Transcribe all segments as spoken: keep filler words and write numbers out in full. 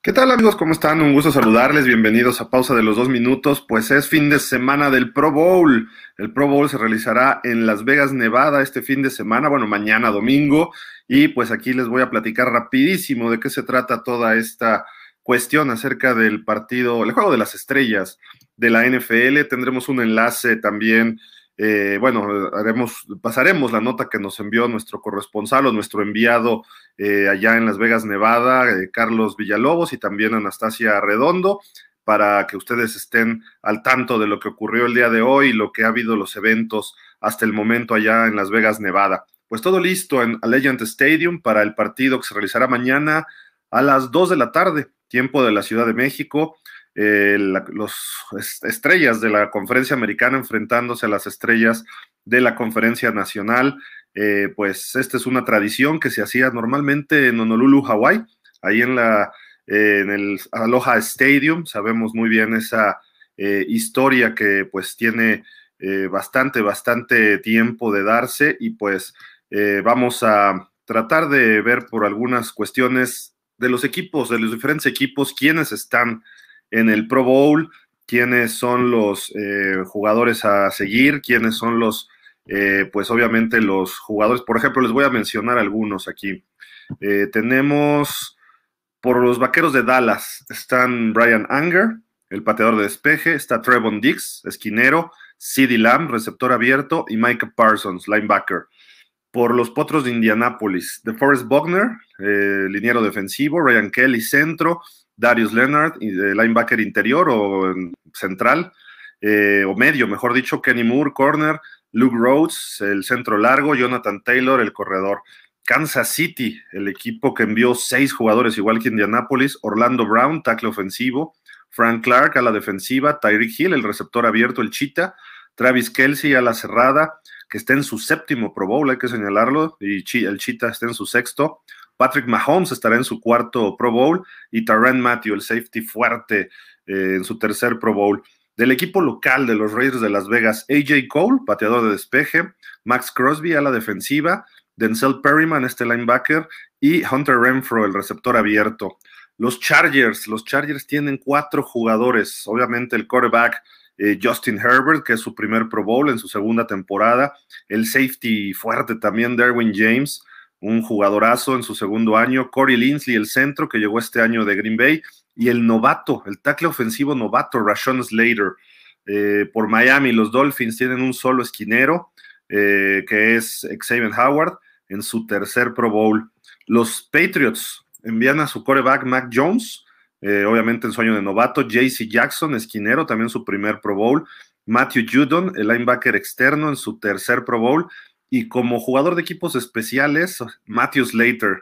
¿Qué tal amigos? ¿Cómo están? Un gusto saludarles. Bienvenidos a Pausa de los Dos Minutos. Pues es fin de semana del Pro Bowl. El Pro Bowl se realizará en Las Vegas, Nevada, este fin de semana, bueno, mañana domingo. Y pues aquí les voy a platicar rapidísimo de qué se trata toda esta cuestión acerca del partido, el juego de las estrellas de la N F L. Tendremos un enlace también. Eh, bueno, haremos, pasaremos la nota que nos envió nuestro corresponsal o nuestro enviado eh, allá en Las Vegas, Nevada, eh, Carlos Villalobos y también Anastasia Redondo, para que ustedes estén al tanto de lo que ocurrió el día de hoy y lo que ha habido los eventos hasta el momento allá en Las Vegas, Nevada. Pues todo listo en Allegiant Stadium para el partido que se realizará mañana a las dos de la tarde, tiempo de la Ciudad de México. Eh, la, los estrellas de la conferencia americana enfrentándose a las estrellas de la conferencia nacional. Eh, pues esta es una tradición que se hacía normalmente en Honolulu, Hawái, ahí en, la, eh, en el Aloha Stadium. Sabemos muy bien esa eh, historia que pues tiene eh, bastante, bastante tiempo de darse y pues eh, vamos a tratar de ver por algunas cuestiones de los equipos, de los diferentes equipos, quiénes están en el Pro Bowl, quiénes son los eh, jugadores a seguir, quiénes son los, eh, pues obviamente los jugadores, por ejemplo, les voy a mencionar algunos aquí. Eh, tenemos por los Vaqueros de Dallas, están Brian Anger, el pateador de despeje, está Trevon Diggs, esquinero, CeeDee Lamb, receptor abierto, y Micah Parsons, linebacker. Por los Potros de Indianápolis, DeForest Buckner, eh, liniero defensivo, Ryan Kelly, centro, Darius Leonard, eh, linebacker interior o central, eh, o medio, mejor dicho, Kenny Moore, corner, Luke Rhodes, el centro largo, Jonathan Taylor, el corredor. Kansas City, el equipo que envió seis jugadores, igual que Indianápolis, Orlando Brown, tackle ofensivo, Frank Clark a la defensiva, Tyreek Hill, el receptor abierto, el Cheetah, Travis Kelce a la cerrada, que está en su séptimo Pro Bowl, hay que señalarlo, y el Cheetah está en su sexto. Patrick Mahomes estará en su cuarto Pro Bowl y Tyrann Mathieu, el safety fuerte, eh, en su tercer Pro Bowl. Del equipo local de los Raiders de Las Vegas, A J Cole, pateador de despeje, Max Crosby a la defensiva, Denzel Perryman, este linebacker, y Hunter Renfrow, el receptor abierto. Los Chargers, los Chargers tienen cuatro jugadores, obviamente el quarterback eh, Justin Herbert, que es su primer Pro Bowl en su segunda temporada, el safety fuerte también Derwin James, un jugadorazo en su segundo año, Corey Linsley, el centro, que llegó este año de Green Bay, y el novato, el tackle ofensivo novato, Rashawn Slater, eh, por Miami. Los Dolphins tienen un solo esquinero, eh, que es Xavier Howard, en su tercer Pro Bowl. Los Patriots envían a su quarterback Mac Jones, eh, obviamente en sueño de novato, J C Jackson, esquinero, también su primer Pro Bowl, Matthew Judon, el linebacker externo, en su tercer Pro Bowl, y como jugador de equipos especiales, Matthew Slater,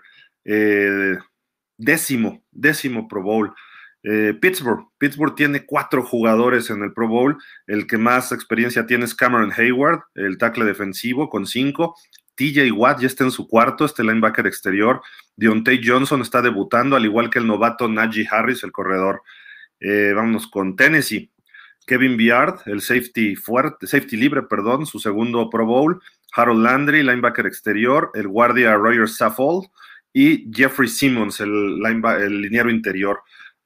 eh, décimo, décimo Pro Bowl. Eh, Pittsburgh, Pittsburgh tiene cuatro jugadores en el Pro Bowl, el que más experiencia tiene es Cameron Hayward, el tackle defensivo, con cinco, T J Watt ya está en su cuarto, este linebacker exterior, Deontay Johnson está debutando, al igual que el novato Najee Harris, el corredor. Eh, vámonos con Tennessee, Kevin Byard, el safety fuerte, safety libre, perdón, su segundo Pro Bowl, Harold Landry, linebacker exterior, el guardia Roger Saffold y Jeffrey Simmons, el, el liniero interior.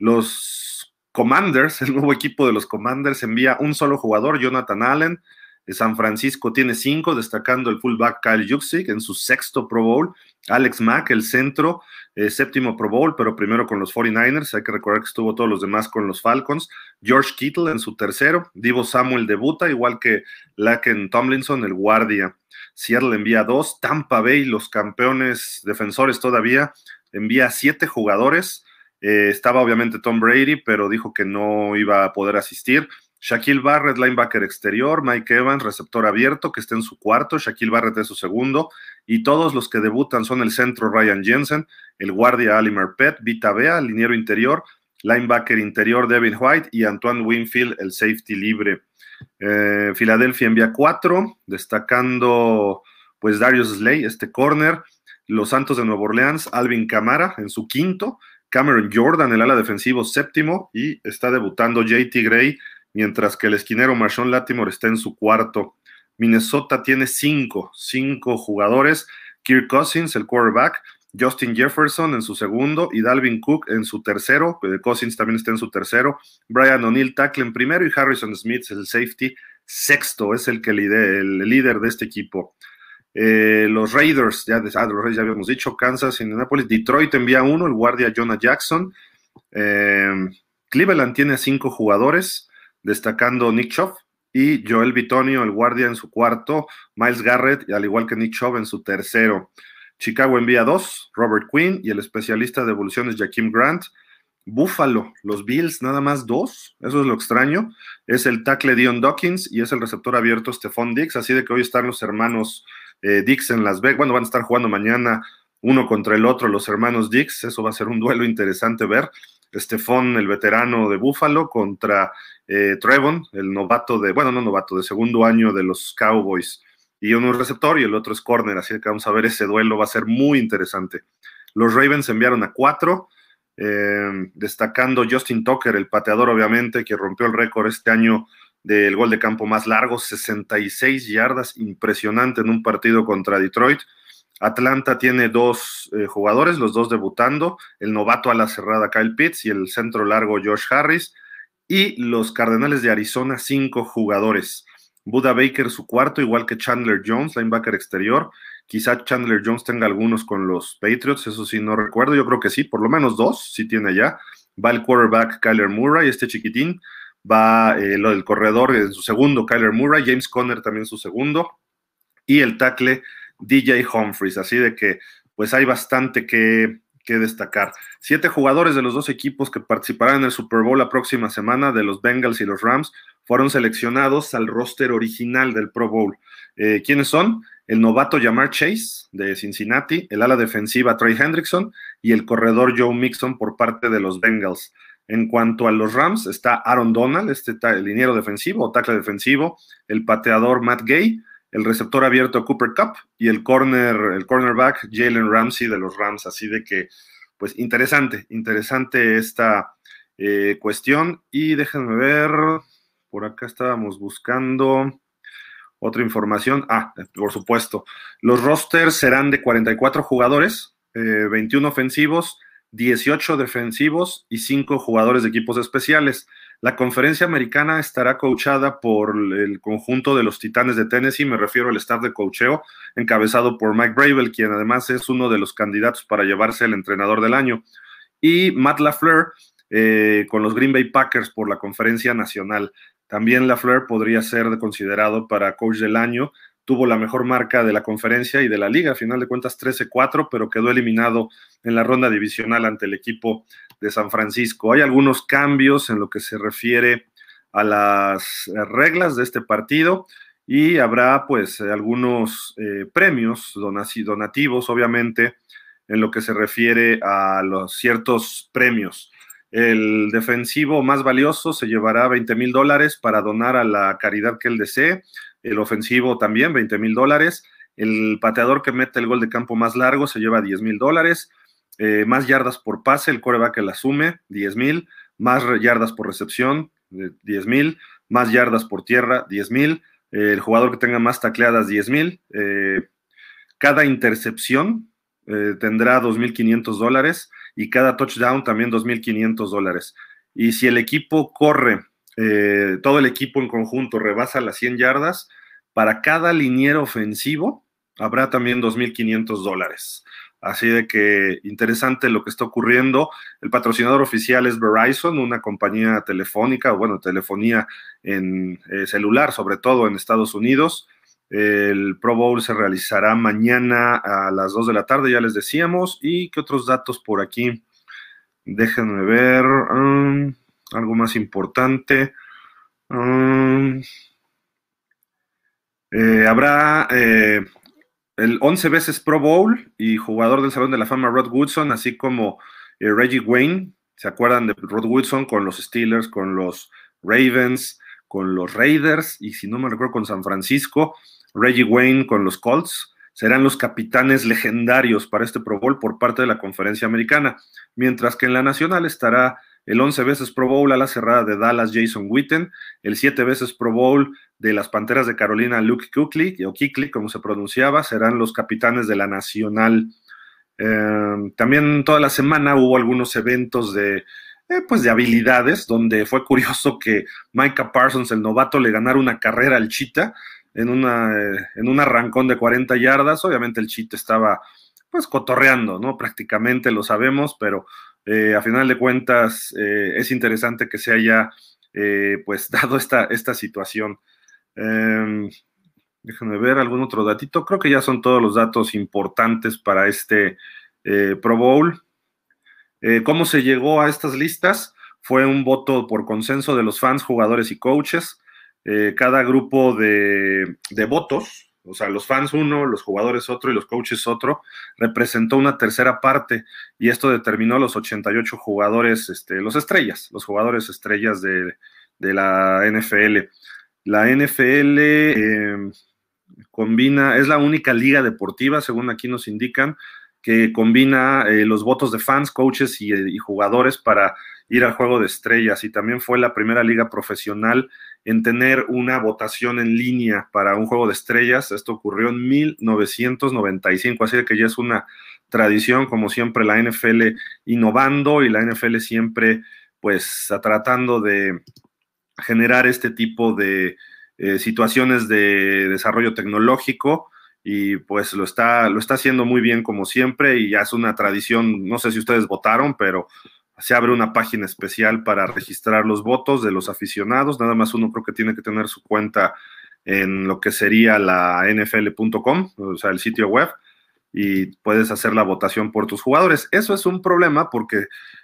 Los Commanders, el nuevo equipo de los Commanders, envía un solo jugador, Jonathan Allen. San Francisco tiene cinco, destacando el fullback Kyle Juszczyk en su sexto Pro Bowl, Alex Mack, el centro, eh, séptimo Pro Bowl, pero primero con los cuarenta y nueve ers, hay que recordar que estuvo todos los demás con los Falcons, George Kittle en su tercero, Deebo Samuel debuta, igual que Laken Tomlinson, el guardia. Seattle envía dos, Tampa Bay, los campeones defensores todavía, envía siete jugadores, eh, estaba obviamente Tom Brady, pero dijo que no iba a poder asistir. Shaquille Barrett, linebacker exterior, Mike Evans, receptor abierto, que está en su cuarto, Shaquille Barrett es su segundo, y todos los que debutan son el centro Ryan Jensen, el guardia Ali Marpet, Vita Vea, liniero interior, linebacker interior Devin White y Antoine Winfield, el safety libre. Eh, Filadelfia envía cuatro, destacando pues Darius Slay, este corner, los Santos de Nueva Orleans, Alvin Kamara en su quinto, Cameron Jordan, el ala defensivo séptimo, y está debutando J T Gray, mientras que el esquinero Marshawn Lattimore está en su cuarto. Minnesota tiene cinco, cinco jugadores, Kirk Cousins, el quarterback, Justin Jefferson en su segundo y Dalvin Cook en su tercero. Cousins también está en su tercero. Brian O'Neill, tackle en primero, y Harrison Smith, el safety, sexto. Es el que lidera, el líder de este equipo. Eh, los Raiders, ya, ah, los Raiders ya habíamos dicho, Kansas, Indianapolis, Detroit envía uno, el guardia Jonah Jackson. Eh, Cleveland tiene cinco jugadores, destacando Nick Chubb y Joel Bitonio, el guardia, en su cuarto, Myles Garrett, al igual que Nick Chubb, en su tercero. Chicago envía dos, Robert Quinn y el especialista de evoluciones Jakeem Grant. Buffalo, los Bills, nada más dos, eso es lo extraño. Es el tackle Dion Dawkins y es el receptor abierto Stephon Diggs, así de que hoy están los hermanos eh, Diggs en Las Vegas. Bueno, van a estar jugando mañana uno contra el otro, los hermanos Diggs. Eso va a ser un duelo interesante ver. Stephon, el veterano de Buffalo, contra eh, Trevon, el novato de, bueno, no novato, de segundo año de los Cowboys. Y uno es receptor y el otro es corner, así que vamos a ver ese duelo, va a ser muy interesante. Los Ravens enviaron a cuatro, eh, destacando Justin Tucker, el pateador, obviamente, que rompió el récord este año del gol de campo más largo, sesenta y seis yardas, impresionante en un partido contra Detroit. Atlanta tiene dos eh, jugadores, los dos debutando, el novato a la cerrada Kyle Pitts y el centro largo Josh Harris, y los Cardenales de Arizona, cinco jugadores. Buda Baker, su cuarto, igual que Chandler Jones, linebacker exterior. Quizá Chandler Jones tenga algunos con los Patriots, eso sí, no recuerdo, yo creo que sí, por lo menos dos, sí tiene ya. Va el quarterback Kyler Murray, este chiquitín. Va eh, lo del corredor en su segundo, Kyler Murray. James Conner también su segundo. Y el tackle D J Humphries, así de que pues hay bastante que, que destacar. Siete jugadores de los dos equipos que participarán en el Super Bowl la próxima semana, de los Bengals y los Rams, fueron seleccionados al roster original del Pro Bowl. Eh, ¿Quiénes son? El novato Ja'Marr Chase de Cincinnati, el ala defensiva Trey Hendrickson y el corredor Joe Mixon por parte de los Bengals. En cuanto a los Rams, está Aaron Donald, este el liniero defensivo o tackle defensivo, el pateador Matt Gay, el receptor abierto Cooper Kupp y el corner, el cornerback Jalen Ramsey de los Rams. Así de que, pues interesante, interesante esta eh, cuestión. Y déjenme ver, por acá estábamos buscando otra información. Ah, por supuesto, los rosters serán de cuarenta y cuatro jugadores, eh, veintiuno ofensivos, dieciocho defensivos y cinco jugadores de equipos especiales. La conferencia americana estará coachada por el conjunto de los Titanes de Tennessee, me refiero al staff de coacheo, encabezado por Mike Vrabel, quien además es uno de los candidatos para llevarse el entrenador del año, y Matt LaFleur eh, con los Green Bay Packers por la conferencia nacional. También LaFleur podría ser considerado para coach del año. Tuvo la mejor marca de la conferencia y de la liga, a final de cuentas trece cuatro, pero quedó eliminado en la ronda divisional ante el equipo de San Francisco. Hay algunos cambios en lo que se refiere a las reglas de este partido y habrá pues algunos eh, premios donativos, obviamente, en lo que se refiere a los ciertos premios. El defensivo más valioso se llevará veinte mil dólares para donar a la caridad que él desee. El ofensivo también, veinte mil dólares. El pateador que mete el gol de campo más largo se lleva diez mil dólares. Eh, más yardas por pase, el quarterback que la asume, diez mil. Más yardas por recepción, eh, diez mil. Más yardas por tierra, diez mil. Eh, el jugador que tenga más tacleadas, diez mil. Eh, cada intercepción eh, tendrá dos mil quinientos dólares y cada touchdown también dos mil quinientos dólares. Y si el equipo corre, eh, todo el equipo en conjunto rebasa las cien yardas, para cada liniero ofensivo habrá también dos mil quinientos dólares. Así de que interesante lo que está ocurriendo. El patrocinador oficial es Verizon, una compañía telefónica, bueno, telefonía en eh, celular, sobre todo en Estados Unidos. El Pro Bowl se realizará mañana a las dos de la tarde, ya les decíamos. ¿Y qué otros datos por aquí? Déjenme ver. Um, algo más importante. Um, eh, habrá eh, el once veces Pro Bowl y jugador del Salón de la Fama Rod Woodson, así como eh, Reggie Wayne. ¿Se acuerdan de Rod Woodson con los Steelers, con los Ravens, con los Raiders y, si no me recuerdo, con San Francisco? Reggie Wayne con los Colts serán los capitanes legendarios para este Pro Bowl por parte de la conferencia americana, mientras que en la nacional estará el once veces Pro Bowl a la cerrada de Dallas Jason Witten, el siete veces Pro Bowl de las Panteras de Carolina Luke Kuechly, o Kuechly como se pronunciaba, serán los capitanes de la nacional. Eh, también toda la semana hubo algunos eventos de, eh, pues de habilidades, donde fue curioso que Micah Parsons, el novato, le ganara una carrera al Cheetah en, una, eh, en un arrancón de cuarenta yardas. Obviamente el Cheetah estaba pues cotorreando, ¿no? Prácticamente lo sabemos, pero eh, a final de cuentas eh, es interesante que se haya eh, pues dado esta, esta situación. Eh, déjenme ver algún otro datito. Creo que ya son todos los datos importantes para este eh, Pro Bowl. Eh, ¿Cómo se llegó a estas listas? Fue un voto por consenso de los fans, jugadores y coaches. Eh, cada grupo de, de votos, o sea, los fans uno, los jugadores otro y los coaches otro, representó una tercera parte y esto determinó los ochenta y ocho jugadores, este, los estrellas, los jugadores estrellas de, de la N F L. La N F L eh, combina, es la única liga deportiva, según aquí nos indican, que combina eh, los votos de fans, coaches y, y jugadores para ir al juego de estrellas, y también fue la primera liga profesional en tener una votación en línea para un juego de estrellas. Esto ocurrió en mil novecientos noventa y cinco, así que ya es una tradición, como siempre la N F L innovando y la N F L siempre pues tratando de generar este tipo de eh, situaciones de desarrollo tecnológico, y pues lo está, lo está haciendo muy bien como siempre, y ya es una tradición. No sé si ustedes votaron, pero se abre una página especial para registrar los votos de los aficionados. Nada más uno creo que tiene que tener su cuenta en lo que sería la N F L punto com, o sea, el sitio web, y puedes hacer la votación por tus jugadores. Eso es un problema porque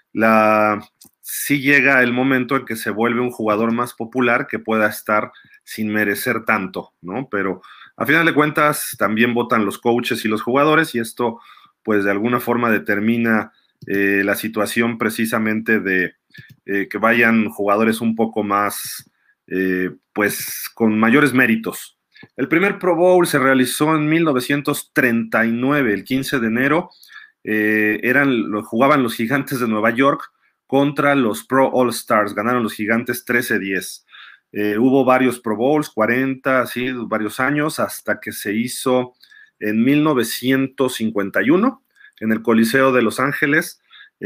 la, sí llega el momento en que se vuelve un jugador más popular que pueda estar sin merecer tanto, ¿no? Pero a final de cuentas también votan los coaches y los jugadores, y esto pues de alguna forma determina eh, la situación precisamente de eh, que vayan jugadores un poco más eh, pues con mayores méritos. El primer Pro Bowl se realizó en mil novecientos treinta y nueve, el quince de enero. Eh, eran, lo, jugaban los Gigantes de Nueva York contra los Pro All Stars. Ganaron los Gigantes trece diez. Eh, hubo varios Pro Bowls, cuarenta, así, varios años, hasta que se hizo en mil novecientos cincuenta y uno, en el Coliseo de Los Ángeles.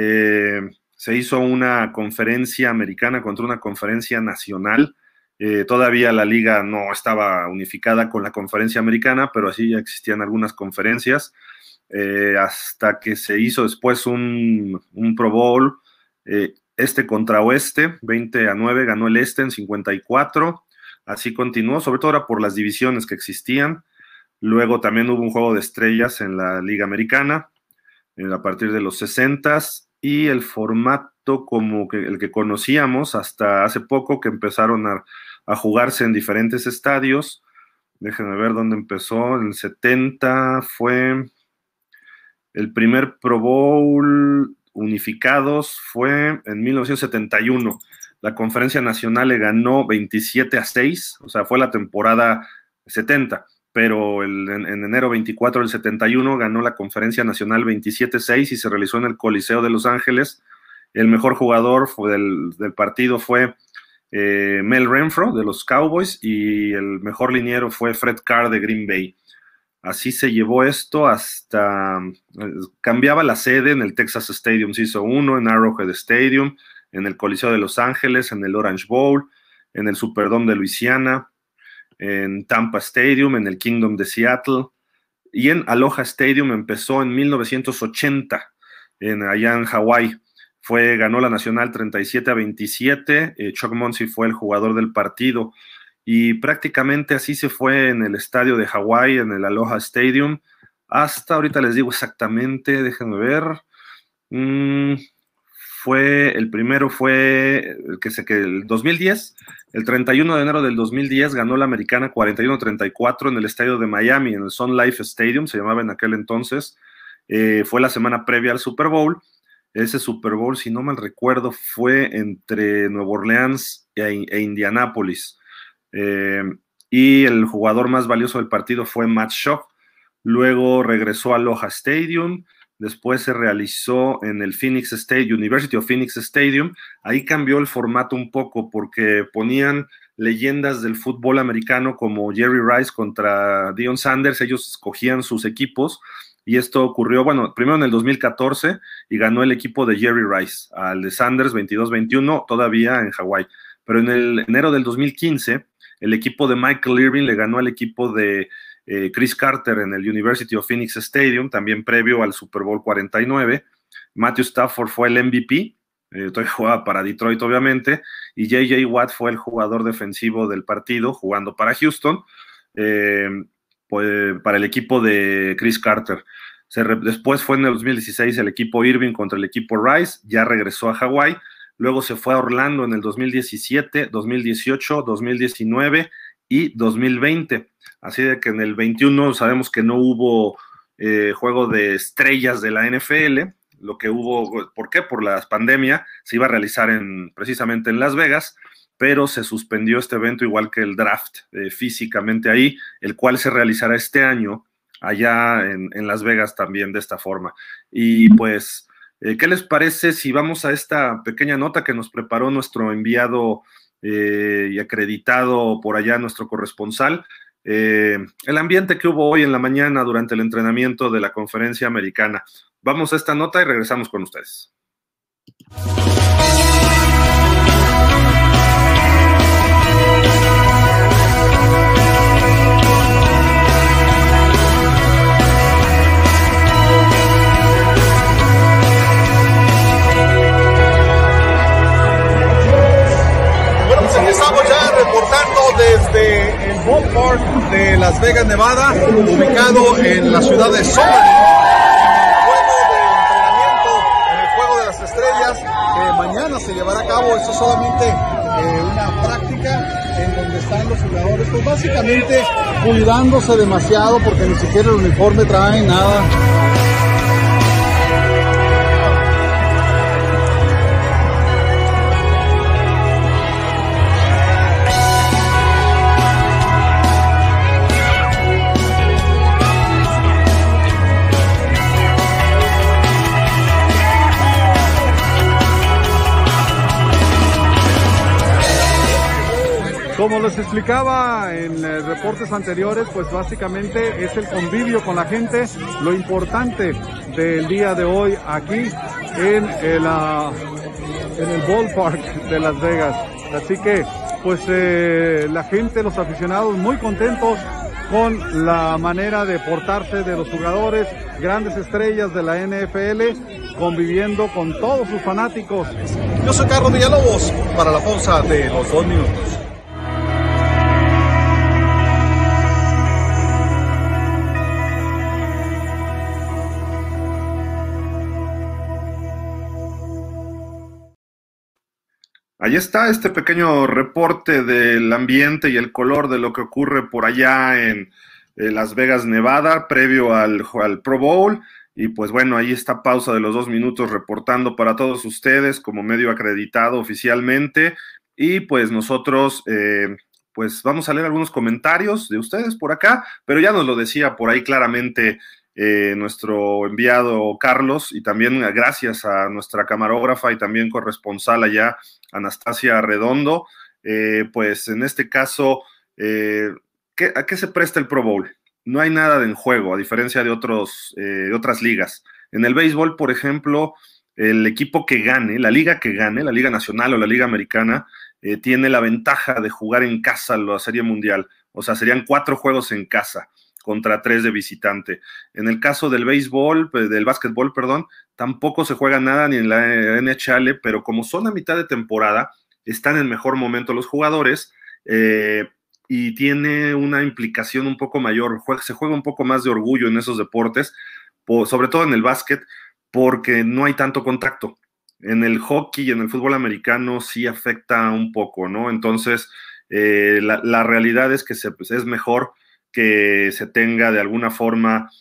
Eh, se hizo una conferencia americana contra una conferencia nacional. Eh, todavía la liga no estaba unificada con la conferencia americana, pero así ya existían algunas conferencias, eh, hasta que se hizo después un, un Pro Bowl, eh, este contra oeste, veinte a nueve, ganó el este en cincuenta y cuatro, así continuó, sobre todo era por las divisiones que existían. Luego también hubo un juego de estrellas en la liga americana, eh, a partir de los sesentas, y el formato como que el que conocíamos hasta hace poco, que empezaron a a jugarse en diferentes estadios. Déjenme ver dónde empezó. En el setenta fue el primer Pro Bowl unificados, fue en mil novecientos setenta y uno. La Conferencia Nacional le ganó veintisiete a seis, o sea, fue la temporada setenta, pero el, en, en enero veinticuatro del setenta y uno ganó la Conferencia Nacional veintisiete a seis y se realizó en el Coliseo de Los Ángeles. El mejor jugador fue del, del partido fue Eh, Mel Renfro de los Cowboys, y el mejor liniero fue Fred Carr de Green Bay. Así se llevó esto hasta, eh, cambiaba la sede en el Texas Stadium, se hizo uno en Arrowhead Stadium, en el Coliseo de Los Ángeles, en el Orange Bowl, en el Superdome de Luisiana, en Tampa Stadium, en el Kingdom de Seattle, y en Aloha Stadium empezó en mil novecientos ochenta, en, allá en Hawái. Fue, ganó la Nacional treinta y siete a veintisiete, eh, Chuck Muncie fue el jugador del partido, y prácticamente así se fue en el estadio de Hawái, en el Aloha Stadium, hasta ahorita les digo exactamente, déjenme ver, mm, fue, el primero fue, el que se que el dos mil diez, el treinta y uno de enero del dos mil diez ganó la Americana cuarenta y uno a treinta y cuatro en el estadio de Miami, en el Sun Life Stadium, se llamaba en aquel entonces. Eh, fue la semana previa al Super Bowl. Ese Super Bowl, si no mal recuerdo, fue entre Nueva Orleans e, e Indianápolis. Eh, y el jugador más valioso del partido fue Matt Schaub. Luego regresó a Aloha Stadium. Después se realizó en el Phoenix State, University of Phoenix Stadium. Ahí cambió el formato un poco porque ponían leyendas del fútbol americano como Jerry Rice contra Deion Sanders. Ellos escogían sus equipos y esto ocurrió, bueno, primero en el dos mil catorce y ganó el equipo de Jerry Rice, al de Sanders veintidós veintiuno, todavía en Hawái. Pero en el enero del dos mil quince, el equipo de Michael Irvin le ganó al equipo de eh, Chris Carter en el University of Phoenix Stadium, también previo al Super Bowl cuarenta y nueve. Matthew Stafford fue el M V P, eh, todavía jugaba para Detroit obviamente, y J J Watt fue el jugador defensivo del partido, jugando para Houston, eh, pues, para el equipo de Chris Carter. Se re, después fue en el dos mil dieciséis el equipo Irving contra el equipo Rice, ya regresó a Hawái, luego se fue a Orlando en el dos mil diecisiete, dos mil dieciocho, dos mil diecinueve y dos mil veinte. Así de que en el veintiuno sabemos que no hubo eh, juego de estrellas de la N F L, lo que hubo, ¿por qué? Por la pandemia, se iba a realizar en, precisamente en Las Vegas, pero se suspendió este evento igual que el draft eh, físicamente ahí, el cual se realizará este año allá en, en Las Vegas también de esta forma. Y pues, eh, ¿qué les parece si vamos a esta pequeña nota que nos preparó nuestro enviado eh, y acreditado por allá, nuestro corresponsal? Eh, el ambiente que hubo hoy en la mañana durante el entrenamiento de la conferencia americana. Vamos a esta nota y regresamos con ustedes. Bueno, pues aquí estamos ya reportando desde el ballpark de Las Vegas, Nevada, ubicado en la ciudad de Summerlin. Que mañana se llevará a cabo. Esto es solamente eh, una práctica en donde están los jugadores, pues básicamente cuidándose demasiado porque ni siquiera el uniforme trae nada. Como les explicaba en eh, reportes anteriores, pues básicamente es el convivio con la gente, lo importante del día de hoy aquí en el, uh, en el ballpark de Las Vegas. Así que pues eh, la gente, los aficionados muy contentos con la manera de portarse de los jugadores, grandes estrellas de la N F L, conviviendo con todos sus fanáticos. Yo soy Carlos Villalobos para la pausa de los dos minutos. Ahí está este pequeño reporte del ambiente y el color de lo que ocurre por allá en eh, Las Vegas, Nevada, previo al, al Pro Bowl. Y pues bueno, ahí está pausa de los dos minutos reportando para todos ustedes como medio acreditado oficialmente. Y pues nosotros, eh, pues vamos a leer algunos comentarios de ustedes por acá, pero ya nos lo decía por ahí claramente Eh, nuestro enviado Carlos, y también gracias a nuestra camarógrafa y también corresponsal allá, Anastasia Redondo. Eh, pues en este caso, eh, ¿qué, ¿a qué se presta el Pro Bowl? No hay nada en juego, a diferencia de, otros, eh, de otras ligas. En el béisbol, por ejemplo, el equipo que gane, la liga que gane, la Liga Nacional o la Liga Americana, eh, tiene la ventaja de jugar en casa la Serie Mundial. O sea, serían cuatro juegos en casa contra tres de visitante. En el caso del béisbol, del básquetbol, perdón, tampoco se juega nada ni en la N H L, pero como son a mitad de temporada, están en mejor momento los jugadores eh, y tiene una implicación un poco mayor, se juega un poco más de orgullo en esos deportes, por, sobre todo en el básquet, porque no hay tanto contacto. En el hockey y en el fútbol americano sí afecta un poco, ¿no? Entonces, eh, la, la realidad es que se, pues, es mejor que se tenga de alguna forma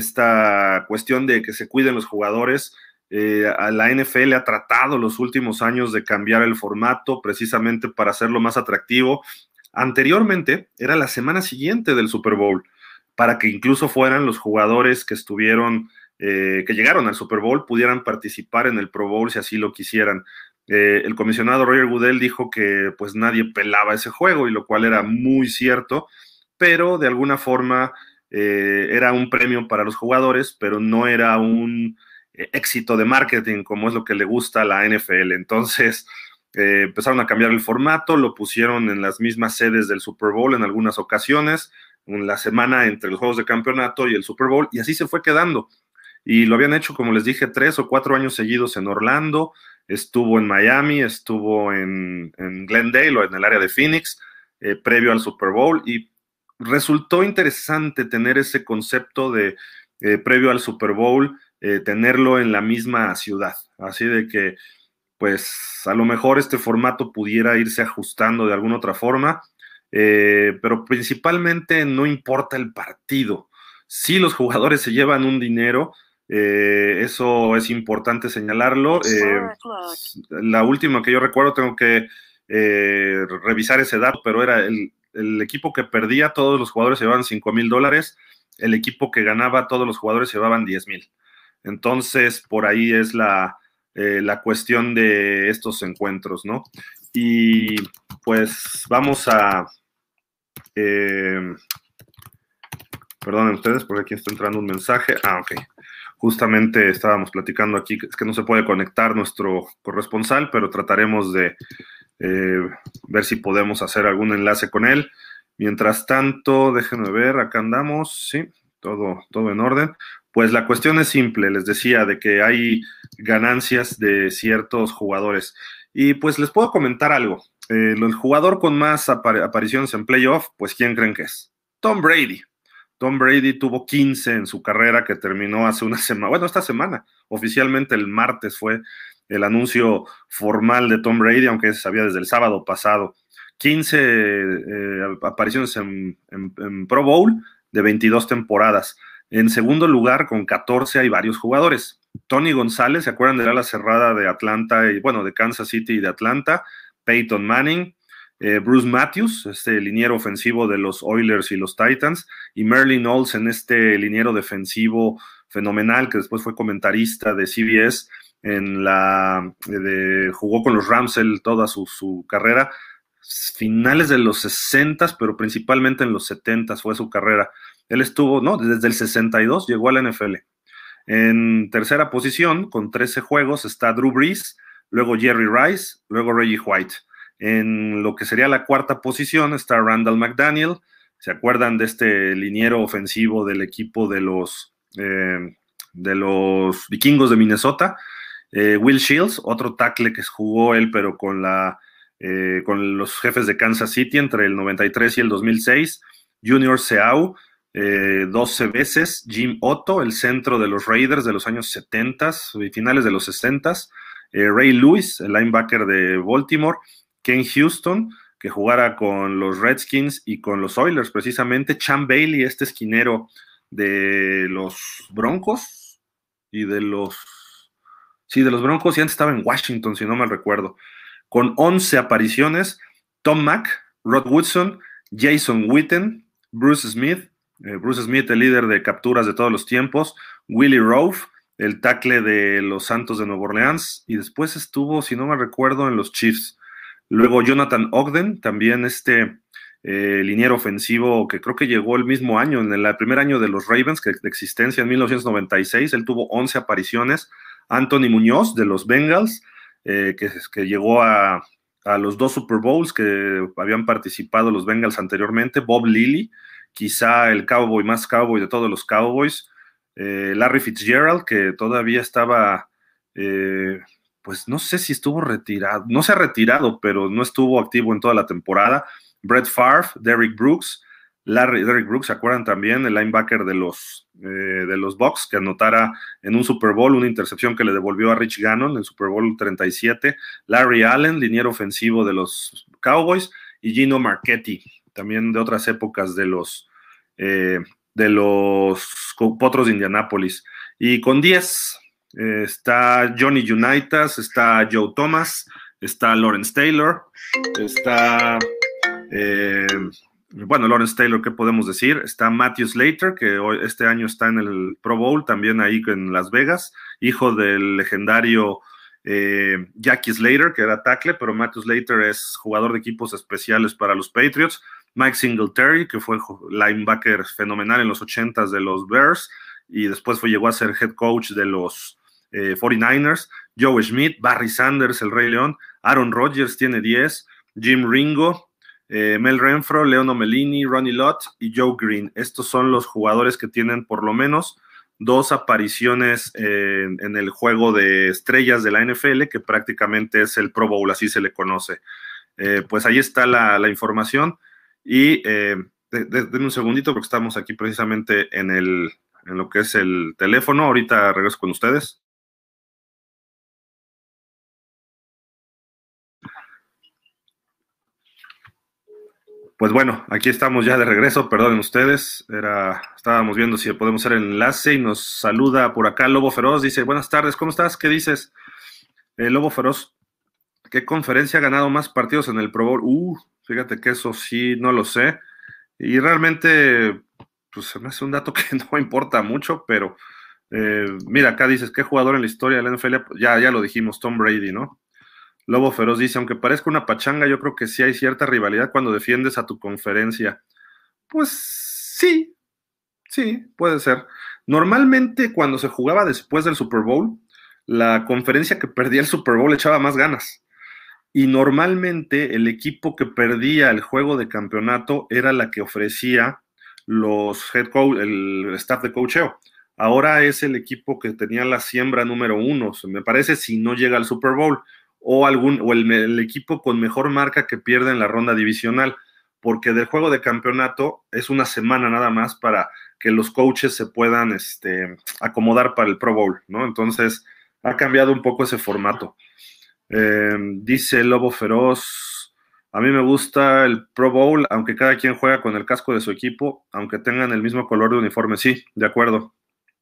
esta cuestión de que se cuiden los jugadores. Eh, a la N F L ha tratado los últimos años de cambiar el formato precisamente para hacerlo más atractivo. Anteriormente era la semana siguiente del Super Bowl, para que incluso fueran los jugadores que estuvieron, eh, que llegaron al Super Bowl, pudieran participar en el Pro Bowl si así lo quisieran. Eh, el comisionado Roger Goodell dijo que pues nadie pelaba ese juego, y lo cual era muy cierto, pero de alguna forma eh, era un premio para los jugadores, pero no era un eh, éxito de marketing como es lo que le gusta a la N F L. Entonces eh, empezaron a cambiar el formato, lo pusieron en las mismas sedes del Super Bowl en algunas ocasiones, en la semana entre los juegos de campeonato y el Super Bowl, y así se fue quedando. Y lo habían hecho, como les dije, tres o cuatro años seguidos en Orlando, estuvo en Miami, estuvo en, en Glendale o en el área de Phoenix, eh, previo al Super Bowl, y resultó interesante tener ese concepto de eh, previo al Super Bowl, eh, tenerlo en la misma ciudad, así de que pues a lo mejor este formato pudiera irse ajustando de alguna otra forma, eh, pero principalmente no importa el partido. Si los jugadores se llevan un dinero, eh, eso es importante señalarlo. Eh, la última que yo recuerdo, tengo que eh, revisar ese dato, pero era el, el equipo que perdía, todos los jugadores se llevaban cinco mil dólares, el equipo que ganaba, todos los jugadores se llevaban diez mil. Entonces, por ahí es la, eh, la cuestión de estos encuentros, ¿no? Y pues vamos a... Eh, perdonen ustedes, porque aquí está entrando un mensaje. Ah, ok. Justamente estábamos platicando aquí, es que no se puede conectar nuestro corresponsal, pero trataremos de eh, ver si podemos hacer algún enlace con él. Mientras tanto, déjenme ver, acá andamos, sí, todo, todo en orden. Pues la cuestión es simple, les decía, de que hay ganancias de ciertos jugadores. Y pues les puedo comentar algo. Eh, el jugador con más apar apariciones en playoff, pues ¿quién creen que es? Tom Brady. Tom Brady tuvo quince en su carrera, que terminó hace una semana, bueno, esta semana, oficialmente el martes fue el anuncio formal de Tom Brady, aunque se sabía desde el sábado pasado. quince eh, apariciones en, en, en Pro Bowl de veintidós temporadas. En segundo lugar, con catorce hay varios jugadores. Tony González, ¿se acuerdan de la ala cerrada de Atlanta, y bueno, de Kansas City y de Atlanta? Peyton Manning, eh, Bruce Matthews, este liniero ofensivo de los Oilers y los Titans, y Merlin Olsen, este liniero defensivo fenomenal, que después fue comentarista de C B S, en la, de, jugó con los Rams él toda su, su carrera, finales de los sesentas, pero principalmente en los setentas fue su carrera. Él estuvo, no, desde el sesenta y dos llegó a la N F L. En tercera posición, con trece juegos, está Drew Brees, luego Jerry Rice, luego Reggie White. En lo que sería la cuarta posición está Randall McDaniel. ¿Se acuerdan de este liniero ofensivo del equipo de los, eh, de los vikingos de Minnesota? Eh, Will Shields, otro tackle que jugó él, pero con, la, eh, con los Jefes de Kansas City entre el noventa y tres y el dos mil seis. Junior Seau, eh, doce veces. Jim Otto, el centro de los Raiders de los años setenta y finales de los sesenta. Eh, Ray Lewis, el linebacker de Baltimore. Ken Houston, que jugara con los Redskins y con los Oilers, precisamente. Champ Bailey, este esquinero de los Broncos y de los... Sí, de los Broncos, y antes estaba en Washington, si no mal recuerdo. Con once apariciones, Tom Mack, Rod Woodson, Jason Witten, Bruce Smith, eh, Bruce Smith, el líder de capturas de todos los tiempos, Willie Rowe, el tackle de los Santos de Nueva Orleans, y después estuvo, si no mal recuerdo, en los Chiefs. Luego Jonathan Ogden, también este eh, liniero ofensivo que creo que llegó el mismo año, en el primer año de los Ravens, que de existencia en mil novecientos noventa y seis, él tuvo once apariciones. Anthony Muñoz, de los Bengals, eh, que, que llegó a, a los dos Super Bowls que habían participado los Bengals anteriormente. Bob Lilly, quizá el cowboy más cowboy de todos los Cowboys. Eh, Larry Fitzgerald, que todavía estaba... Eh, pues no sé si estuvo retirado, no se ha retirado, pero no estuvo activo en toda la temporada. Brett Favre, Derrick Brooks, Larry, Derrick Brooks, ¿se acuerdan también? El linebacker de los, eh, de los Bucs, que anotara en un Super Bowl una intercepción que le devolvió a Rich Gannon en el Super Bowl treinta y siete. Larry Allen, liniero ofensivo de los Cowboys, y Gino Marchetti, también de otras épocas de los, eh, de los Potros de Indianápolis. Y con diez... Eh, está Johnny Unitas, está Joe Thomas, está Lawrence Taylor, está, eh, bueno, Lawrence Taylor, ¿qué podemos decir? Está Matthew Slater, que hoy, este año está en el Pro Bowl, también ahí en Las Vegas, hijo del legendario eh, Jackie Slater, que era tackle, pero Matthew Slater es jugador de equipos especiales para los Patriots. Mike Singletary, que fue linebacker fenomenal en los ochentas de los Bears, y después fue, llegó a ser head coach de los eh, cuarenta y nueve ers, Joe Schmidt, Barry Sanders, el Rey León, Aaron Rodgers tiene diez, Jim Ringo, eh, Mel Renfro, Leon Omelini, Ronnie Lott y Joe Green. Estos son los jugadores que tienen por lo menos dos apariciones eh, en el juego de estrellas de la N F L, que prácticamente es el Pro Bowl, así se le conoce. Eh, pues ahí está la, la información, y eh, denme un segundito porque estamos aquí precisamente en, el, en lo que es el teléfono. Ahorita regreso con ustedes. Pues bueno, aquí estamos ya de regreso, perdonen ustedes, era, estábamos viendo si podemos hacer el enlace, y nos saluda por acá Lobo Feroz, dice, buenas tardes, ¿cómo estás? ¿Qué dices? Eh, Lobo Feroz, ¿qué conferencia ha ganado más partidos en el Pro Bowl? Uh, fíjate que eso sí, no lo sé, y realmente, pues se me hace un dato que no importa mucho, pero eh, mira, acá dices, ¿qué jugador en la historia de la N F L? Ya, ya lo dijimos, Tom Brady, ¿no? Lobo Feroz dice, aunque parezca una pachanga, yo creo que sí hay cierta rivalidad cuando defiendes a tu conferencia. Pues sí, sí, puede ser. Normalmente cuando se jugaba después del Super Bowl, la conferencia que perdía el Super Bowl echaba más ganas. Y normalmente el equipo que perdía el juego de campeonato era la que ofrecía los head coach, el staff de coacheo. Ahora es el equipo que tenía la siembra número uno, me parece, si no llega al Super Bowl. O, algún, o el, el equipo con mejor marca que pierde en la ronda divisional, porque del juego de campeonato es una semana nada más para que los coaches se puedan este, acomodar para el Pro Bowl, ¿no? Entonces ha cambiado un poco ese formato. Eh, dice Lobo Feroz, a mí me gusta el Pro Bowl, aunque cada quien juega con el casco de su equipo, aunque tengan el mismo color de uniforme. Sí, de acuerdo.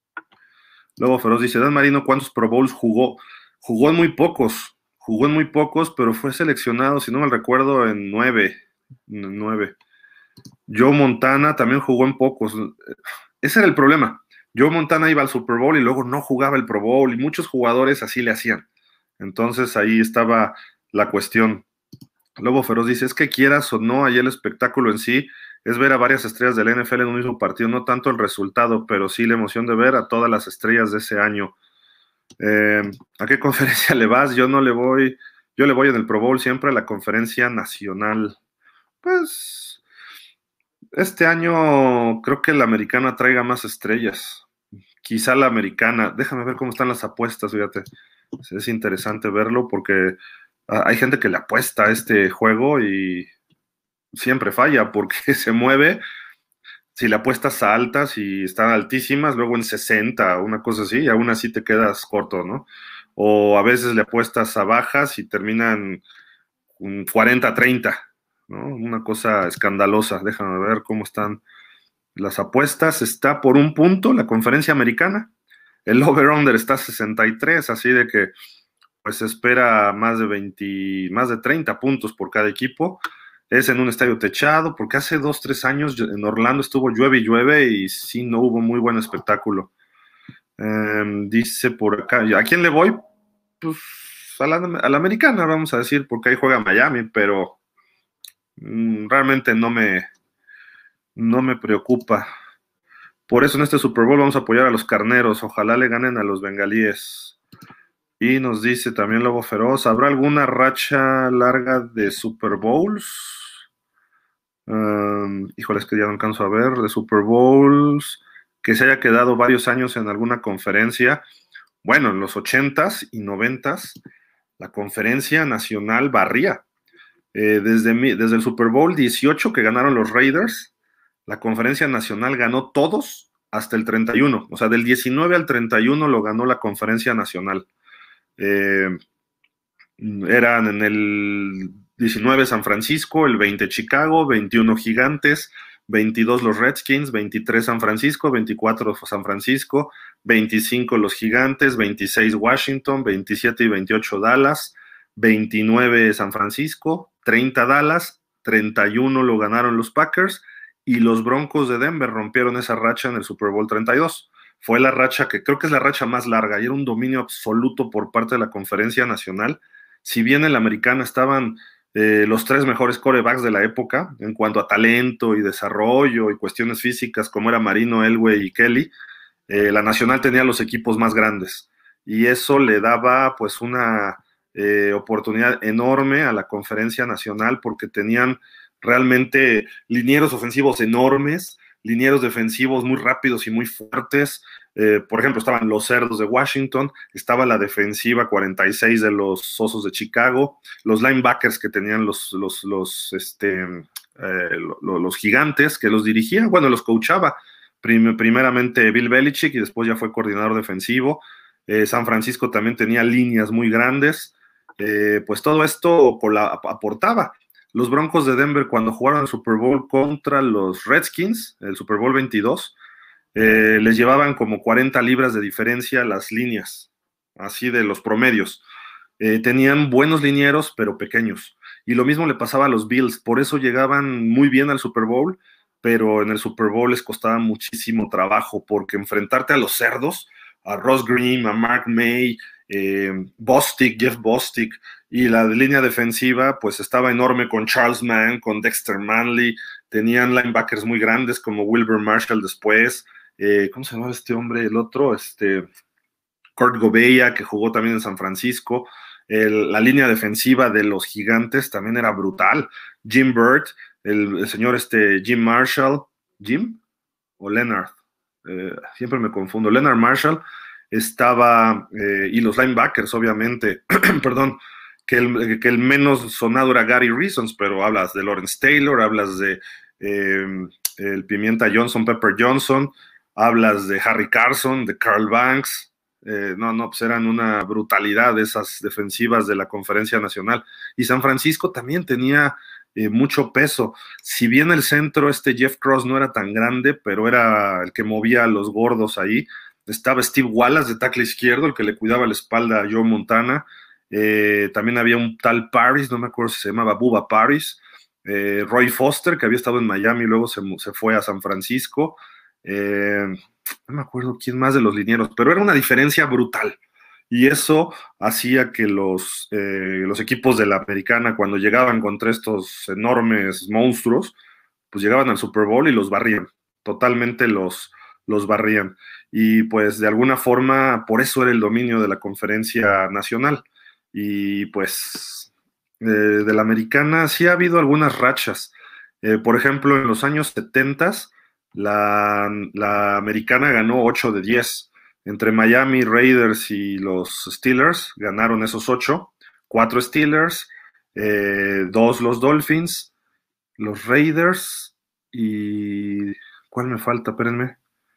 Lobo Feroz dice, Dan Marino, ¿cuántos Pro Bowls jugó? Jugó en muy pocos. Jugó en muy pocos, pero fue seleccionado, si no me recuerdo, en nueve. nueve. Joe Montana también jugó en pocos. Ese era el problema. Joe Montana iba al Super Bowl y luego no jugaba el Pro Bowl, y muchos jugadores así le hacían. Entonces ahí estaba la cuestión. Lobo Feroz dice, es que quieras o no, ahí el espectáculo en sí es ver a varias estrellas del N F L en un mismo partido, no tanto el resultado, pero sí la emoción de ver a todas las estrellas de ese año. Eh, ¿A qué conferencia le vas? Yo no le voy, yo le voy en el Pro Bowl siempre a la conferencia nacional. Pues este año creo que la americana traiga más estrellas. Quizá la americana. Déjame ver cómo están las apuestas, fíjate. Es interesante verlo porque hay gente que le apuesta a este juego y siempre falla porque se mueve. Si le apuestas a altas y están altísimas, luego en sesenta, una cosa así, y aún así te quedas corto, ¿no? O a veces le apuestas a bajas y terminan cuarenta a treinta, ¿no? Una cosa escandalosa. Déjame ver cómo están las apuestas. Está por un punto la conferencia americana. El over-under está a sesenta y tres, así de que pues se espera más de veinte, más de treinta puntos por cada equipo. Es en un estadio techado, porque hace dos, tres años en Orlando estuvo llueve y llueve y sí no hubo muy buen espectáculo. Eh, dice por acá, ¿a quién le voy? Pues a la, a la americana, vamos a decir, porque ahí juega Miami, pero mmm, realmente no me, no me preocupa. Por eso en este Super Bowl vamos a apoyar a los carneros, ojalá le ganen a los bengalíes. Y nos dice también Lobo Feroz, ¿habrá alguna racha larga de Super Bowls? Um, híjole, es que ya no alcanzo a ver, de Super Bowls, que se haya quedado varios años en alguna conferencia. Bueno, en los ochentas y noventas, la conferencia nacional barría. Eh, desde, desde el Super Bowl dieciocho que ganaron los Raiders, la conferencia nacional ganó todos hasta el treinta y uno. O sea, del diecinueve al treinta y uno lo ganó la conferencia nacional. Eh, eran en el diecinueve San Francisco, el veinte Chicago, veintiuno Gigantes, veintidós los Redskins, veintitrés San Francisco, veinticuatro San Francisco, veinticinco los Gigantes, veintiséis Washington, veintisiete y veintiocho Dallas, veintinueve San Francisco, treinta Dallas, treinta y uno lo ganaron los Packers y los Broncos de Denver rompieron esa racha en el Super Bowl treinta y dos. Fue la racha que creo que es la racha más larga y era un dominio absoluto por parte de la conferencia nacional. Si bien en la americana estaban eh, los tres mejores quarterbacks de la época en cuanto a talento y desarrollo y cuestiones físicas, como era Marino, Elway y Kelly. Eh, la Nacional tenía los equipos más grandes y eso le daba pues una eh, oportunidad enorme a la Conferencia Nacional porque tenían realmente linieros ofensivos enormes, linieros defensivos muy rápidos y muy fuertes. Eh, por ejemplo, estaban los Cerdos de Washington, estaba la defensiva cuarenta y seis de los Osos de Chicago, los linebackers que tenían los, los, los, este, eh, los, los gigantes que los dirigían, bueno, los coachaba prim primeramente Bill Belichick y después ya fue coordinador defensivo. Eh, San Francisco también tenía líneas muy grandes, eh, pues todo esto aportaba. Los Broncos de Denver, cuando jugaron el Super Bowl contra los Redskins, el Super Bowl veintidós, eh, les llevaban como cuarenta libras de diferencia las líneas, así de los promedios. Eh, tenían buenos linieros, pero pequeños. Y lo mismo le pasaba a los Bills, por eso llegaban muy bien al Super Bowl, pero en el Super Bowl les costaba muchísimo trabajo, porque enfrentarte a los cerdos, a Ross Green, a Mark May, eh, Bostic, Jeff Bostic, y la línea defensiva pues estaba enorme con Charles Mann, con Dexter Manley, tenían linebackers muy grandes como Wilbur Marshall después, eh, ¿cómo se llama este hombre? El otro, este, Kurt Gouveia, que jugó también en San Francisco. El, la línea defensiva de los Gigantes también era brutal. Jim Burt, el, el señor este, Jim Marshall, ¿Jim o Leonard? Eh, siempre me confundo. Leonard Marshall estaba, eh, y los linebackers, obviamente, perdón, que el, que el menos sonado era Gary Reasons, pero hablas de Lawrence Taylor, hablas de eh, el Pimienta Johnson, Pepper Johnson, hablas de Harry Carson, de Carl Banks. Eh, no, no, pues eran una brutalidad esas defensivas de la Conferencia Nacional. Y San Francisco también tenía eh, mucho peso. Si bien el centro, este Jeff Cross, no era tan grande, pero era el que movía a los gordos ahí. Estaba Steve Wallace de tackle izquierdo, el que le cuidaba la espalda a Joe Montana. Eh, también había un tal Paris, no me acuerdo si se llamaba Bubba Paris. Eh, Roy Foster, que había estado en Miami y luego se, se fue a San Francisco. Eh, no me acuerdo quién más de los linieros, pero era una diferencia brutal. Y eso hacía que los, eh, los equipos de la Americana, cuando llegaban contra estos enormes monstruos, pues llegaban al Super Bowl y los barrían, totalmente los, los barrían. Y pues de alguna forma, por eso era el dominio de la Conferencia Nacional. Y pues eh, de la Americana sí ha habido algunas rachas. Eh, por ejemplo, en los años setenta, la, la Americana ganó ocho de diez. Entre Miami, Raiders y los Steelers ganaron esos ocho. Cuatro Steelers, eh, dos los Dolphins, los Raiders y... ¿Cuál me falta? Espérenme.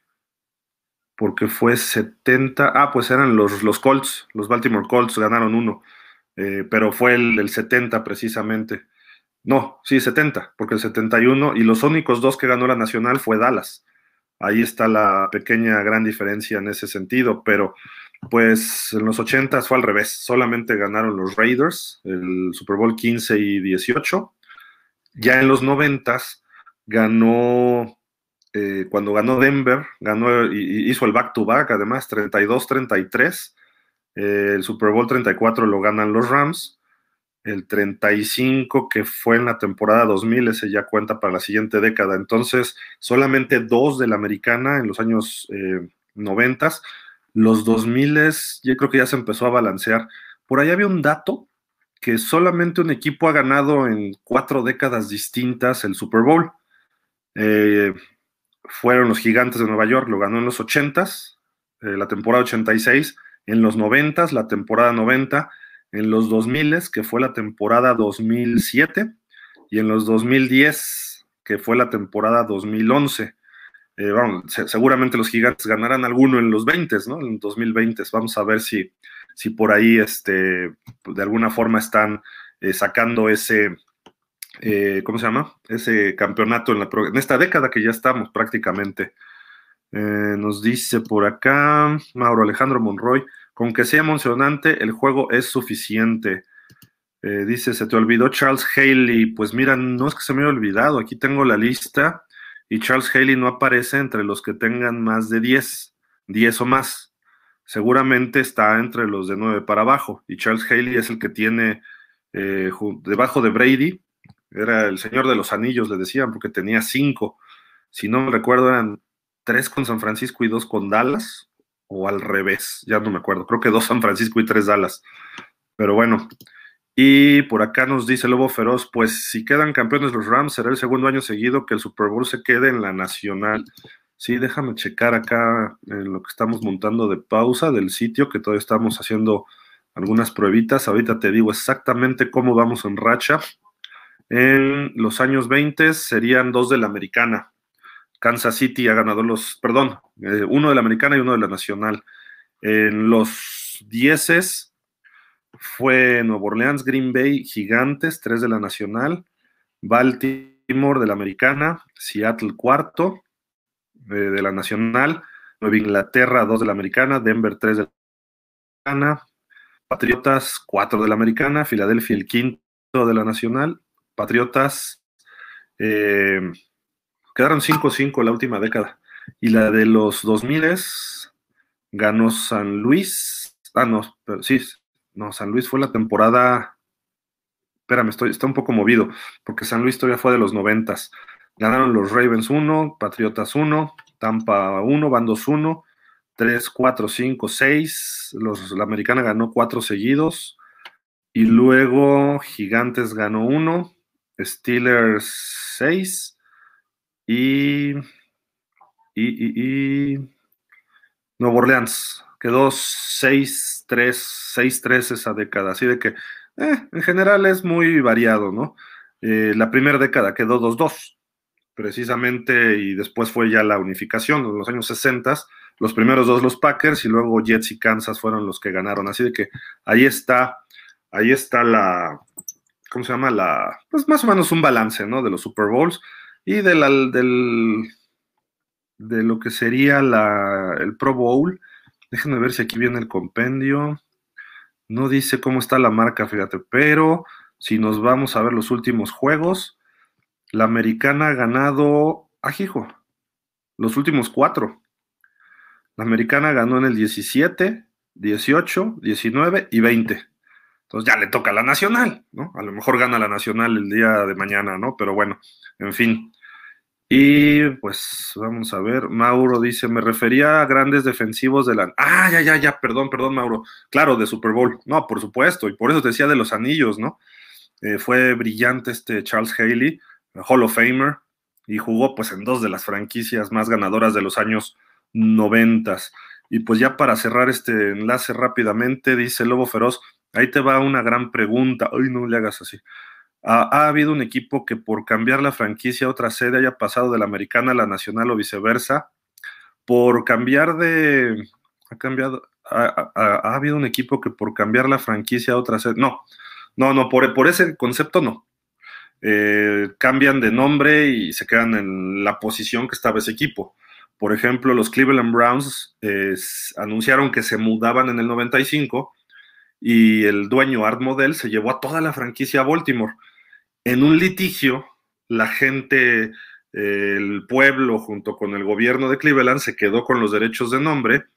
Porque fue setenta. Ah, pues eran los, los Colts, los Baltimore Colts ganaron uno. Eh, pero fue el, el setenta precisamente. No, sí, setenta, porque el setenta y uno, y los únicos dos que ganó la Nacional fue Dallas. Ahí está la pequeña gran diferencia en ese sentido, pero pues en los ochenta fue al revés, solamente ganaron los Raiders, el Super Bowl quince y dieciocho. Ya en los noventa ganó, eh, cuando ganó Denver, ganó y hizo el back-to-back, además, treinta y dos treinta y tres. Eh, el Super Bowl treinta y cuatro lo ganan los Rams. El treinta y cinco, que fue en la temporada dos mil, ese ya cuenta para la siguiente década. Entonces, solamente dos de la Americana en los años eh, noventa. Los dos mil, yo creo que ya se empezó a balancear. Por ahí había un dato que solamente un equipo ha ganado en cuatro décadas distintas el Super Bowl. Eh, fueron los Gigantes de Nueva York, lo ganó en los ochentas, eh, la temporada ochenta y seis, en los noventas, la temporada noventa, en los dos mil, que fue la temporada dos mil siete, y en los dos mil diez, que fue la temporada dos mil once. Eh, bueno, se, seguramente los Gigantes ganarán alguno en los veinte, ¿no? En dos mil veinte. Vamos a ver si, si por ahí este, de alguna forma están eh, sacando ese, eh, ¿cómo se llama? Ese campeonato en, la, en esta década que ya estamos prácticamente. Eh, nos dice por acá Mauro Alejandro Monroy: con que sea emocionante, el juego es suficiente. Eh, dice, ¿se te olvidó Charles Haley? Pues mira, no es que se me haya olvidado, aquí tengo la lista y Charles Haley no aparece entre los que tengan más de diez, diez o más. Seguramente está entre los de nueve para abajo, y Charles Haley es el que tiene eh, debajo de Brady. Era el señor de los anillos, le decían, porque tenía cinco. Si no me recuerdo, eran tres con San Francisco y dos con Dallas, o al revés, ya no me acuerdo. Creo que dos San Francisco y tres Dallas. Pero bueno. Y por acá nos dice Lobo Feroz, pues si quedan campeones los Rams, será el segundo año seguido que el Super Bowl se quede en la nacional. Sí, déjame checar acá en lo que estamos montando de pausa del sitio, que todavía estamos haciendo algunas pruebitas. Ahorita te digo exactamente cómo vamos en racha. En los años veinte serían dos de la americana. Kansas City ha ganado los, perdón, eh, uno de la americana y uno de la nacional. En los dieces fue Nueva Orleans, Green Bay, Gigantes, tres de la nacional, Baltimore de la americana, Seattle cuarto eh, de la nacional, Nueva Inglaterra dos de la americana, Denver tres de la americana, Patriotas cuatro de la americana, Filadelfia el quinto de la nacional, Patriotas eh, quedaron cinco cinco la última década, y la de los dos mil ganó San Luis, ah no, pero sí, no, San Luis fue la temporada, espérame, estoy, está un poco movido, porque San Luis todavía fue de los noventas. Ganaron los Ravens uno, Patriotas uno, Tampa uno, Bandos uno, tres, cuatro, cinco, seis, los, la americana ganó cuatro seguidos, y luego Gigantes ganó uno, Steelers seis, y, y, y, y Nueva Orleans quedó seis tres, seis tres esa década, así de que eh, en general es muy variado, ¿no? Eh, la primera década quedó dos dos, precisamente, y después fue ya la unificación en los años sesenta, los primeros dos los Packers y luego Jets y Kansas fueron los que ganaron, así de que ahí está, ahí está la, ¿cómo se llama? La, pues más o menos un balance, ¿no? De los Super Bowls y de, la, del, de lo que sería la, el Pro Bowl. Déjenme ver si aquí viene el compendio. No dice cómo está la marca, fíjate, pero si nos vamos a ver los últimos juegos, la americana ha ganado, ajijo, los últimos cuatro. La americana ganó en el diecisiete, dieciocho, diecinueve y veinte. Entonces ya le toca a la nacional, ¿no? A lo mejor gana la nacional el día de mañana, ¿no? Pero bueno, en fin. Y pues vamos a ver, Mauro dice, me refería a grandes defensivos de la... Ah, ya, ya, ya, perdón, perdón, Mauro. Claro, de Super Bowl. No, por supuesto, y por eso te decía de los anillos, ¿no? Eh, fue brillante este Charles Haley, Hall of Famer, y jugó pues en dos de las franquicias más ganadoras de los años noventas. Y pues ya para cerrar este enlace rápidamente, dice Lobo Feroz, ahí te va una gran pregunta. Ay, no le hagas así. ¿Ha, ha habido un equipo que por cambiar la franquicia a otra sede haya pasado de la americana a la nacional o viceversa? Por cambiar de... ¿Ha cambiado? ¿Ha, ha, ha habido un equipo que por cambiar la franquicia a otra sede? No, no, no, por, por ese concepto no. Eh, cambian de nombre y se quedan en la posición que estaba ese equipo. Por ejemplo, los Cleveland Browns eh, anunciaron que se mudaban en el noventa y cinco y el dueño Art Modell se llevó a toda la franquicia a Baltimore. En un litigio, la gente, eh, el pueblo junto con el gobierno de Cleveland se quedó con los derechos de nombre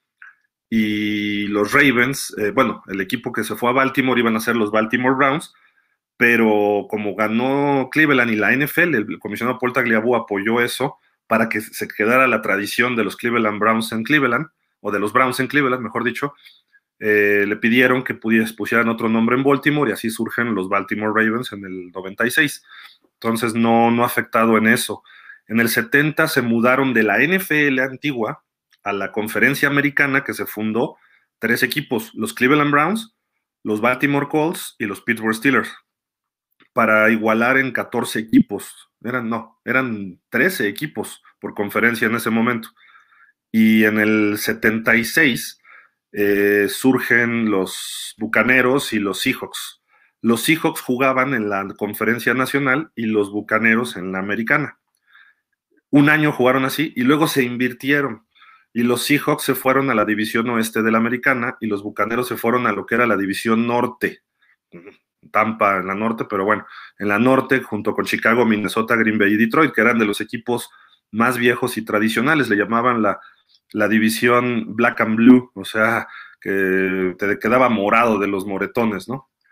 y los Ravens, eh, bueno, el equipo que se fue a Baltimore iban a ser los Baltimore Browns, pero como ganó Cleveland y la N F L, el comisionado Paul Tagliabue apoyó eso para que se quedara la tradición de los Cleveland Browns en Cleveland, o de los Browns en Cleveland, mejor dicho. Eh, le pidieron que pudies, pusieran otro nombre en Baltimore y así surgen los Baltimore Ravens en el noventa y seis. Entonces no, no ha afectado en eso. En el setenta se mudaron de la N F L antigua a la conferencia americana, que se fundó tres equipos, los Cleveland Browns, los Baltimore Colts y los Pittsburgh Steelers, para igualar en catorce equipos. Eran, no, eran trece equipos por conferencia en ese momento. Y en el setenta y seis eh, surgen los Bucaneros y los Seahawks. Los Seahawks jugaban en la conferencia nacional y los Bucaneros en la americana. Un año jugaron así y luego se invirtieron. Y los Seahawks se fueron a la división oeste de la americana y los Bucaneros se fueron a lo que era la división norte. Tampa en la norte, pero bueno, en la norte, junto con Chicago, Minnesota, Green Bay y Detroit, que eran de los equipos más viejos y tradicionales, le llamaban la, la división Black and Blue, o sea, que te quedaba morado de los moretones, ¿no?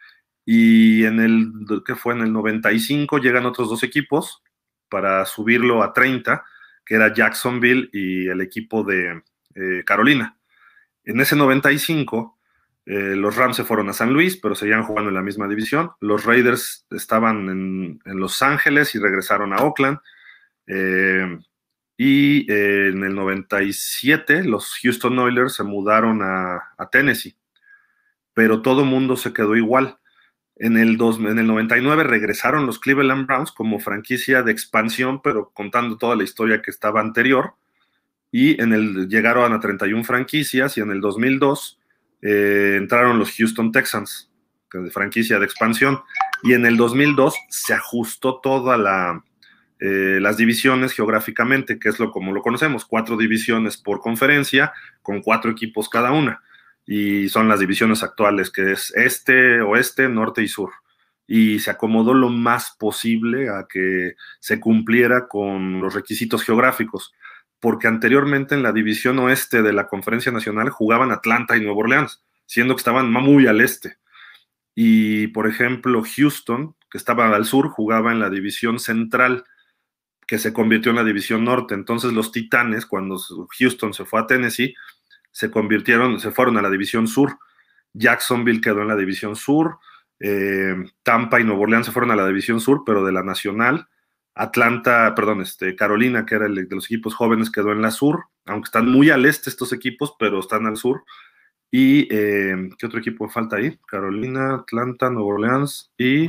y en el, ¿qué fue? En el noventa y cinco llegan otros dos equipos para subirlo a treinta, que era Jacksonville y el equipo de eh, Carolina. En ese noventa y cinco, eh, los Rams se fueron a San Luis, pero seguían jugando en la misma división. Los Raiders estaban en, en Los Ángeles y regresaron a Oakland. Eh, y eh, en el noventa y siete, los Houston Oilers se mudaron a, a Tennessee, pero todo mundo se quedó igual. En el, dos, en el noventa y nueve regresaron los Cleveland Browns como franquicia de expansión, pero contando toda la historia que estaba anterior. Y en el, llegaron a treinta y una franquicias, y en el dos mil dos eh, entraron los Houston Texans, que de franquicia de expansión, y en el dos mil dos se ajustó toda la, eh, las divisiones geográficamente, que es lo como lo conocemos, cuatro divisiones por conferencia, con cuatro equipos cada una, y son las divisiones actuales, que es este, oeste, norte y sur, y se acomodó lo más posible a que se cumpliera con los requisitos geográficos, porque anteriormente en la división oeste de la Conferencia Nacional jugaban Atlanta y Nueva Orleans, siendo que estaban muy al este. Y, por ejemplo, Houston, que estaba al sur, jugaba en la división central, que se convirtió en la división norte. Entonces los Titanes, cuando Houston se fue a Tennessee, se convirtieron, se fueron a la división sur. Jacksonville quedó en la división sur. Eh, Tampa y Nueva Orleans se fueron a la división sur, pero de la nacional. Atlanta, perdón, este, Carolina, que era el de los equipos jóvenes, quedó en la sur, aunque están muy al este estos equipos, pero están al sur. Y, eh, ¿qué otro equipo falta ahí? Carolina, Atlanta, Nueva Orleans y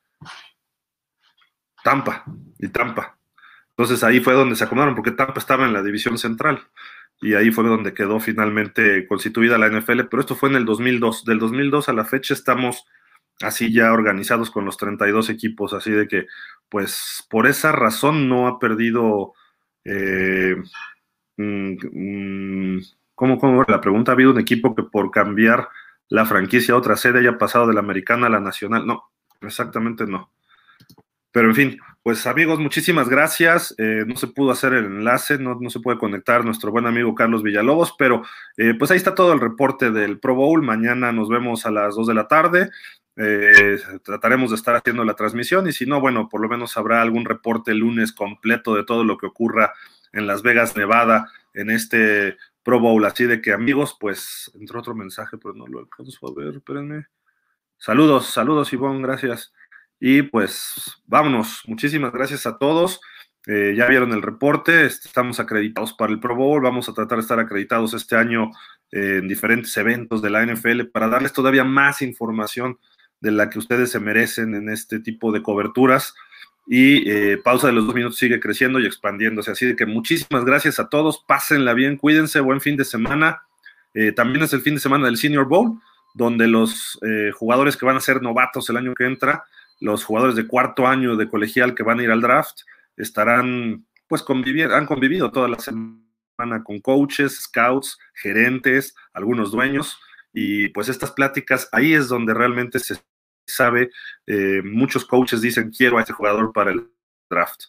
Tampa, y Tampa. Entonces ahí fue donde se acomodaron, porque Tampa estaba en la división central, y ahí fue donde quedó finalmente constituida la N F L, pero esto fue en el dos mil dos. Del dos mil dos a la fecha estamos así ya organizados con los treinta y dos equipos, así de que, pues, por esa razón no ha perdido, eh, mm, ¿cómo, cómo la pregunta? ¿Ha habido un equipo que por cambiar la franquicia a otra sede haya pasado de la americana a la nacional? No, exactamente no. Pero en fin, pues amigos, muchísimas gracias. Eh, no se pudo hacer el enlace, no, no se puede conectar nuestro buen amigo Carlos Villalobos, pero eh, pues ahí está todo el reporte del Pro Bowl. Mañana nos vemos a las dos de la tarde. Eh, trataremos de estar haciendo la transmisión, y si no, bueno, por lo menos habrá algún reporte el lunes completo de todo lo que ocurra en Las Vegas, Nevada, en este Pro Bowl. Así de que, amigos, pues entró otro mensaje, pero no lo alcanzo a ver, espérenme. Saludos, saludos, Ivonne, gracias. Y pues vámonos, muchísimas gracias a todos. Eh, ya vieron el reporte, estamos acreditados para el Pro Bowl, vamos a tratar de estar acreditados este año eh, en diferentes eventos de la N F L para darles todavía más información de la que ustedes se merecen en este tipo de coberturas. Y eh, Pausa de los Dos Minutos sigue creciendo y expandiéndose, así de que muchísimas gracias a todos, pásenla bien, cuídense, buen fin de semana. Eh, también es el fin de semana del Senior Bowl, donde los eh, jugadores que van a ser novatos el año que entra, los jugadores de cuarto año de colegial que van a ir al draft, estarán, pues, conviviendo, han convivido toda la semana con coaches, scouts, gerentes, algunos dueños, y pues estas pláticas, ahí es donde realmente se sabe. Eh, muchos coaches dicen, quiero a este jugador para el draft.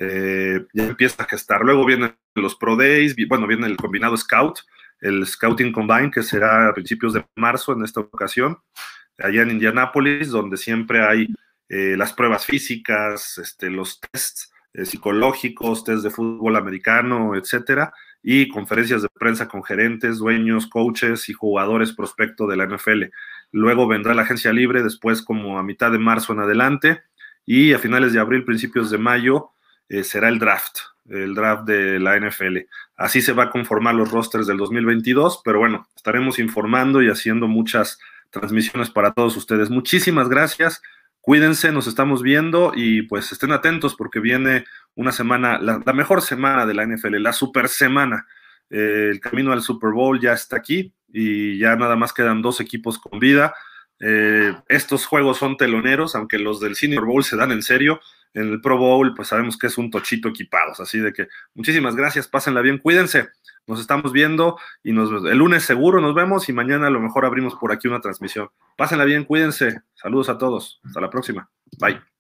Eh, ya empieza a gestar. Luego vienen los Pro Days, bueno, viene el combinado Scout, el Scouting Combine, que será a principios de marzo en esta ocasión, allá en Indianápolis, donde siempre hay eh, las pruebas físicas, este, los tests eh, psicológicos, tests de fútbol americano, etcétera, y conferencias de prensa con gerentes, dueños, coaches y jugadores prospecto de la N F L. Luego vendrá la agencia libre, después como a mitad de marzo en adelante, y a finales de abril, principios de mayo, eh, será el draft, el draft de la N F L. Así se va a conformar los rosters del dos mil veintidós, pero bueno, estaremos informando y haciendo muchas transmisiones para todos ustedes. Muchísimas gracias, cuídense, nos estamos viendo y pues estén atentos porque viene una semana, la, la mejor semana de la N F L, la super semana. Eh, el camino al Super Bowl ya está aquí y ya nada más quedan dos equipos con vida. Eh, estos juegos son teloneros, aunque los del Senior Bowl se dan en serio. En el Pro Bowl pues sabemos que es un tochito equipados, así de que muchísimas gracias, pásenla bien, cuídense, nos estamos viendo y nos, el lunes seguro nos vemos y mañana a lo mejor abrimos por aquí una transmisión. Pásenla bien, cuídense, saludos a todos, hasta la próxima, bye.